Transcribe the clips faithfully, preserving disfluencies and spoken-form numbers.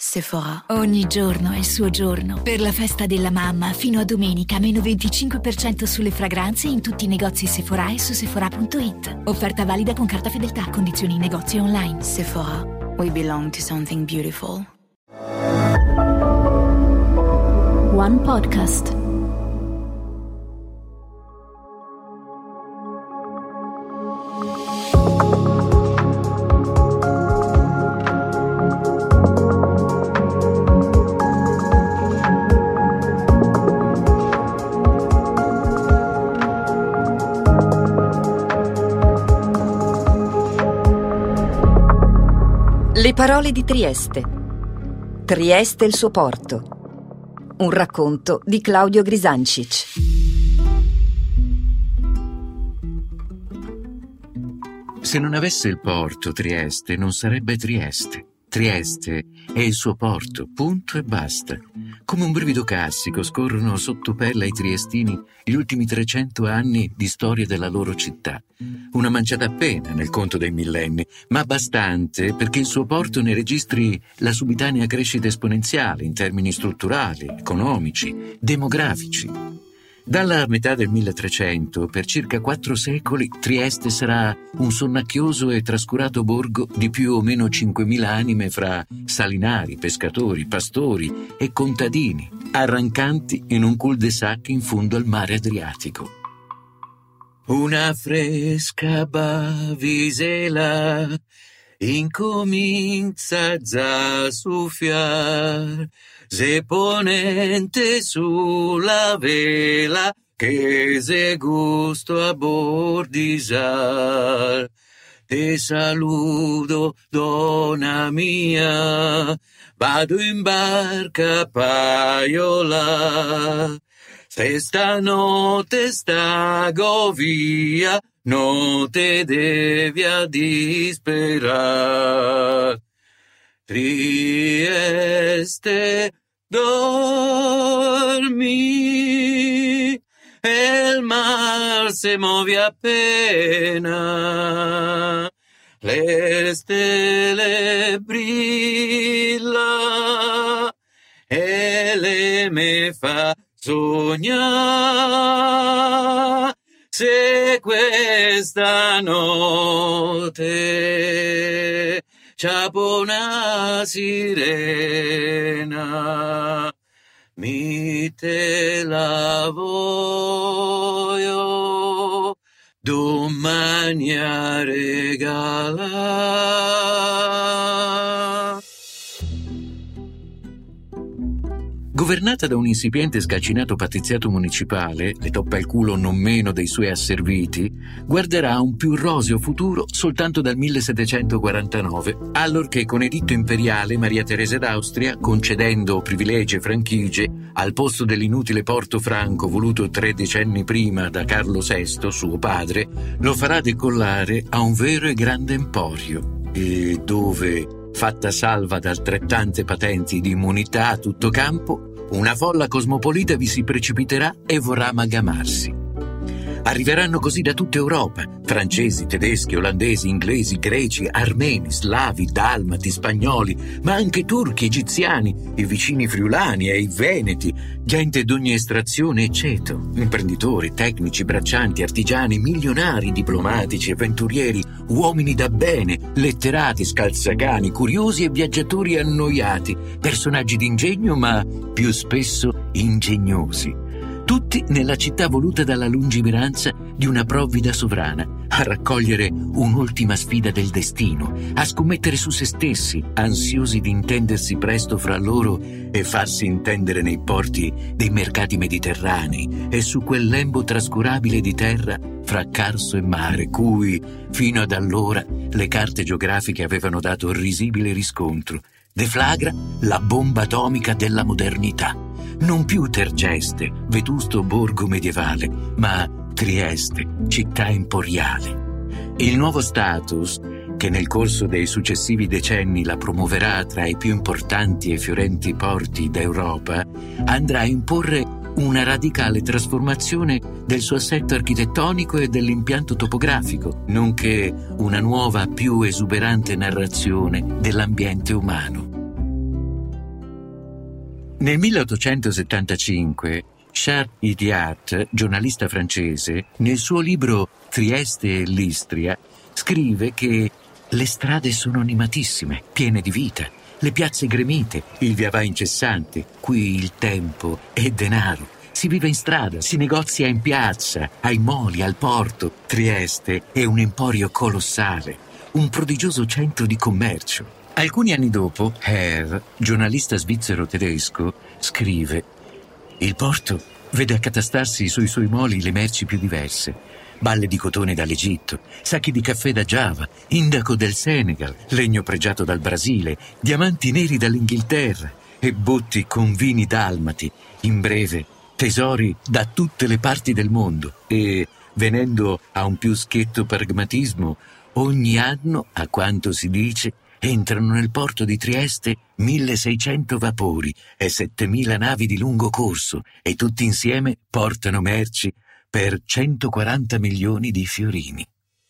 Sephora. Ogni giorno è il suo giorno. Per la festa della mamma, fino a domenica, meno venticinque per cento sulle fragranze in tutti i negozi Sephora e su sephora punto it. Offerta valida con carta fedeltà. Condizioni in negozio online. Sephora. We belong to something beautiful. One Podcast. Le parole di Trieste. Trieste e il suo porto. Un racconto di Claudio Grisancic. Se non avesse il porto, Trieste non sarebbe Trieste. Trieste è il suo porto, punto e basta. Come un brivido classico scorrono sotto pelle ai triestini gli ultimi trecento anni di storia della loro città. Una manciata appena nel conto dei millenni, ma bastante perché il suo porto ne registri la subitanea crescita esponenziale in termini strutturali, economici, demografici. Dalla metà del milletrecento, per circa quattro secoli, Trieste sarà un sonnacchioso e trascurato borgo di più o meno cinquemila anime fra salinari, pescatori, pastori e contadini, arrancanti in un cul-de-sac in fondo al mare Adriatico. Una fresca bavisela incomincia già a soffiar, se ponente sulla vela che se gusto a bordisar. Te saludo, donna mia, vado in barca paiola. Se stanotte stago via, non te devi a disperar. Trieste, dormi, el mar se muove appena, le stelle brilla e le me fa sognare. Se questa notte c'apo una sirena, mi te la voglio domani a regalare. Governata da un insipiente e scalcinato patriziato municipale, le toppa il culo non meno dei suoi asserviti, guarderà un più roseo futuro soltanto dal millesettecentoquarantanove, allorché con editto imperiale Maria Teresa d'Austria, concedendo privilegi e franchigie al posto dell'inutile porto franco voluto tre decenni prima da Carlo sesto, suo padre, lo farà decollare a un vero e grande emporio, e dove, fatta salva da altrettante patenti di immunità a tutto campo, una folla cosmopolita vi si precipiterà e vorrà amalgamarsi. Arriveranno così da tutta Europa, francesi, tedeschi, olandesi, inglesi, greci, armeni, slavi, dalmati, spagnoli, ma anche turchi, egiziani, i vicini friulani e i veneti, gente d'ogni estrazione e ceto, imprenditori, tecnici, braccianti, artigiani, milionari, diplomatici, avventurieri, uomini da bene, letterati, scalzacani, curiosi e viaggiatori annoiati, personaggi d'ingegno ma più spesso ingegnosi. Tutti nella città voluta dalla lungimiranza di una provvida sovrana, a raccogliere un'ultima sfida del destino, a scommettere su se stessi, ansiosi di intendersi presto fra loro e farsi intendere nei porti dei mercati mediterranei e su quel lembo trascurabile di terra fra Carso e mare, cui, fino ad allora, le carte geografiche avevano dato risibile riscontro. Deflagra la bomba atomica della modernità. Non più Tergeste, vetusto borgo medievale, ma Trieste, città emporiale. Il nuovo status, che nel corso dei successivi decenni la promuoverà tra i più importanti e fiorenti porti d'Europa, andrà a imporre una radicale trasformazione del suo assetto architettonico e dell'impianto topografico, nonché una nuova, più esuberante narrazione dell'ambiente umano. Nel milleottocentosettantacinque, Charles Idiat, giornalista francese, nel suo libro Trieste e l'Istria, scrive che le strade sono animatissime, piene di vita, le piazze gremite, il via vai incessante, qui il tempo è denaro. Si vive in strada, si negozia in piazza, ai moli, al porto. Trieste è un emporio colossale, un prodigioso centro di commercio. Alcuni anni dopo, Herr, giornalista svizzero-tedesco, scrive: il porto vede accatastarsi sui suoi moli le merci più diverse. Balle di cotone dall'Egitto, sacchi di caffè da Giava, indaco del Senegal, legno pregiato dal Brasile, diamanti neri dall'Inghilterra e botti con vini dalmati. In breve, tesori da tutte le parti del mondo e, venendo a un più schietto pragmatismo, ogni anno, a quanto si dice, entrano nel porto di Trieste milleseicento vapori e settemila navi di lungo corso e tutti insieme portano merci per centoquaranta milioni di fiorini.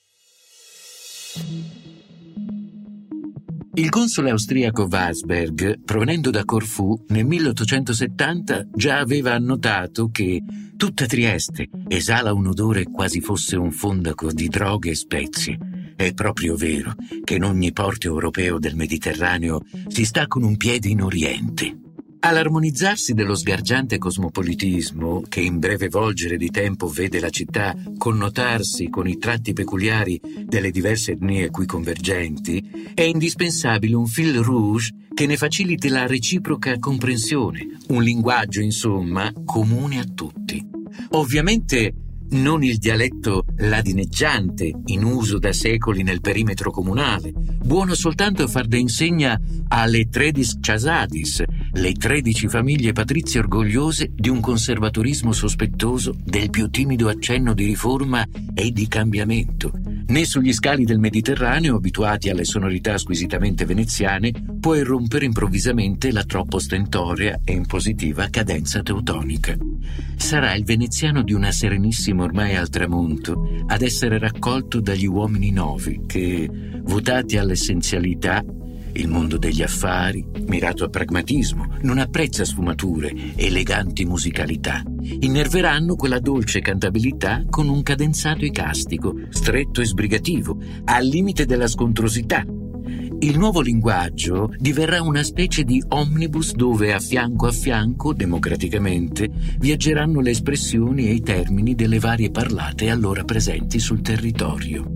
Il console austriaco Weisberg, provenendo da Corfù, nel milleottocentosettanta già aveva annotato che tutta Trieste esala un odore quasi fosse un fondaco di droghe e spezie. È proprio vero che in ogni porto europeo del Mediterraneo si sta con un piede in Oriente. All'armonizzarsi dello sgargiante cosmopolitismo, che in breve volgere di tempo vede la città connotarsi con i tratti peculiari delle diverse etnie qui convergenti, è indispensabile un fil rouge che ne faciliti la reciproca comprensione, un linguaggio, insomma, comune a tutti. Ovviamente non il dialetto ladineggiante in uso da secoli nel perimetro comunale, buono soltanto a far da insegna alle tredici Casadis, le tredici famiglie patrizie orgogliose di un conservatorismo sospettoso del più timido accenno di riforma e di cambiamento. Né sugli scali del Mediterraneo, abituati alle sonorità squisitamente veneziane, può irrompere improvvisamente la troppo stentorea e impositiva cadenza teutonica. Sarà il veneziano di una serenissima ormai al tramonto ad essere raccolto dagli uomini novi che, votati all'essenzialità, il mondo degli affari, mirato a pragmatismo, non apprezza sfumature, eleganti musicalità. Innerveranno quella dolce cantabilità con un cadenzato icastico, stretto e sbrigativo, al limite della scontrosità. Il nuovo linguaggio diverrà una specie di omnibus dove a fianco a fianco, democraticamente, viaggeranno le espressioni e i termini delle varie parlate allora presenti sul territorio.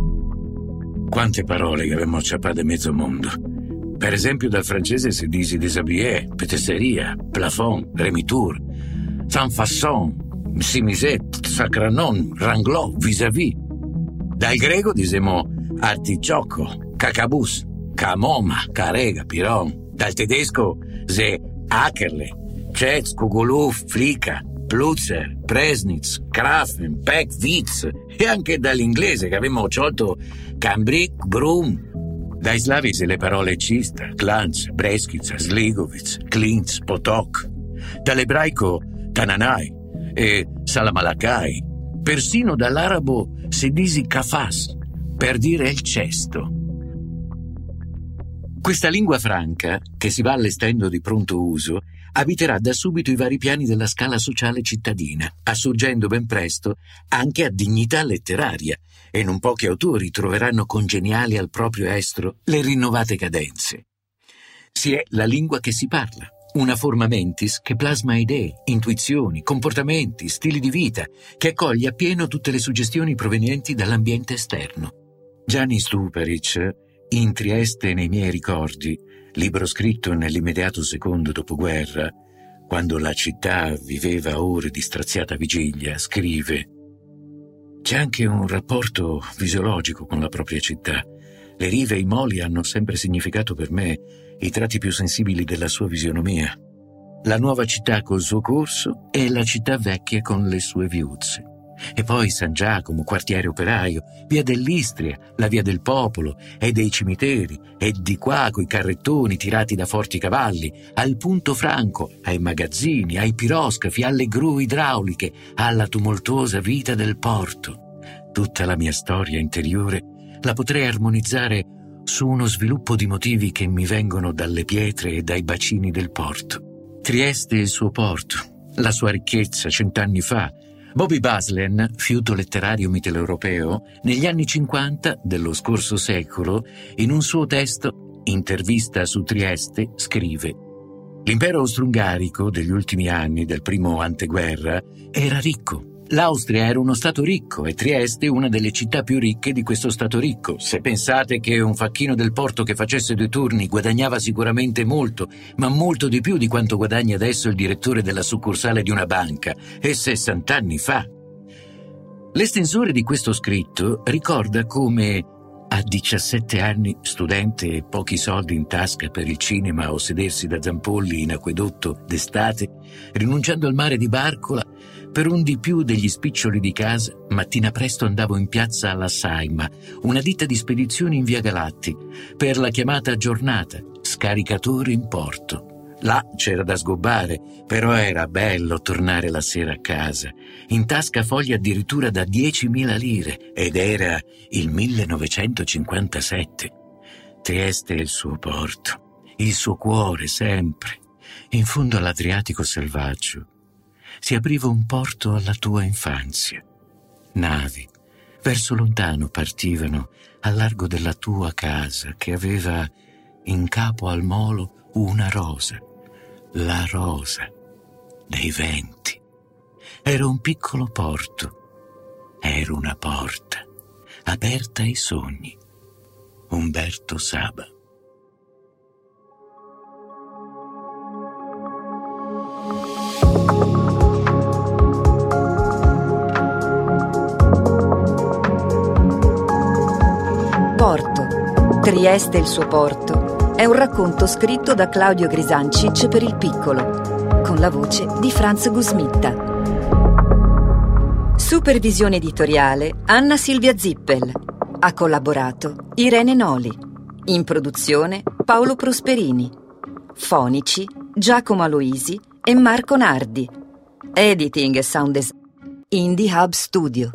Quante parole che avevamo acciappate mezzo mondo. Per esempio dal francese si dice déshabillé, pétisserie, plafond, remitour, sans façon, simisette, sacranon, ranglò, vis-à-vis. Dal greco diciamo artigiocco, cacabus, camoma, carega, piron. Dal tedesco se Akerle, Cez, Kuguluf, Flica, Plutzer, Presnitz, Krafen, Peck, Witz, e anche dall'inglese che avevamo sciolto Cambric, Brum. Dai slavici le parole Cista, Clanz, Breskica, Sligovic, Klintz, Potok. Dall'ebraico Tananai e Salamalakai. Persino dall'arabo si dice Kafas, per dire il cesto. Questa lingua franca, che si va allestendo di pronto uso, abiterà da subito i vari piani della scala sociale cittadina, assurgendo ben presto anche a dignità letteraria, e non pochi autori troveranno congeniali al proprio estro le rinnovate cadenze. Si è la lingua che si parla, una forma mentis che plasma idee, intuizioni, comportamenti, stili di vita, che accoglie appieno tutte le suggestioni provenienti dall'ambiente esterno. Gianni Stuparic, In Trieste nei miei ricordi, libro scritto nell'immediato secondo dopoguerra, quando la città viveva ore di straziata vigilia, scrive: c'è anche un rapporto fisiologico con la propria città. Le rive e i moli hanno sempre significato per me i tratti più sensibili della sua fisionomia. La nuova città col suo corso e la città vecchia con le sue viuzze. E poi San Giacomo, quartiere operaio, via dell'Istria, la via del popolo e dei cimiteri, e di qua coi carrettoni tirati da forti cavalli, al punto franco, ai magazzini, ai piroscafi, alle gru idrauliche, alla tumultuosa vita del porto. Tutta la mia storia interiore la potrei armonizzare su uno sviluppo di motivi che mi vengono dalle pietre e dai bacini del porto. Trieste e il suo porto, la sua ricchezza cent'anni fa. Bobby Baslen, fiuto letterario mitteleuropeo, negli anni cinquanta dello scorso secolo, in un suo testo, Intervista su Trieste, scrive: l'impero austro-ungarico degli ultimi anni del primo anteguerra era ricco. L'Austria era uno stato ricco e Trieste una delle città più ricche di questo stato ricco. Se pensate che un facchino del porto che facesse due turni guadagnava sicuramente molto, ma molto di più di quanto guadagna adesso il direttore della succursale di una banca, e sessant'anni fa. L'estensore di questo scritto ricorda come a diciassette anni, studente e pochi soldi in tasca per il cinema o sedersi da zampolli in acquedotto d'estate, rinunciando al mare di Barcola, per un di più degli spiccioli di casa, mattina presto andavo in piazza alla Saima, una ditta di spedizioni in via Galatti, per la chiamata giornata, scaricatore in porto. Là c'era da sgobbare, però era bello tornare la sera a casa, in tasca fogli addirittura da diecimila lire, ed era il millenovecentocinquantasette. Trieste e il suo porto, il suo cuore sempre, in fondo all'Adriatico selvaggio. Si apriva un porto alla tua infanzia. Navi, verso lontano partivano al largo della tua casa che aveva in capo al molo una rosa, la rosa dei venti. Era un piccolo porto, era una porta aperta ai sogni. Umberto Saba. Porto, Trieste e il suo porto è un racconto scritto da Claudio Grisancic per Il Piccolo, con la voce di Franz Gusmitta. Supervisione editoriale Anna Silvia Zippel. Ha collaborato Irene Noli. In produzione Paolo Prosperini. Fonici Giacomo Aloisi e Marco Nardi. Editing e sound design Indie Hub Studio.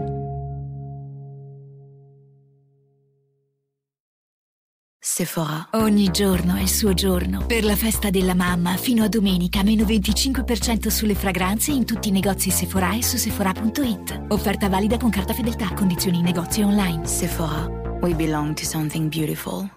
Sephora. Ogni giorno è il suo giorno. Per la festa della mamma, fino a domenica, meno venticinque per cento sulle fragranze in tutti i negozi Sephora e su sephora punto it. Offerta valida con carta fedeltà, condizioni in negozio e online. Sephora. We belong to something beautiful.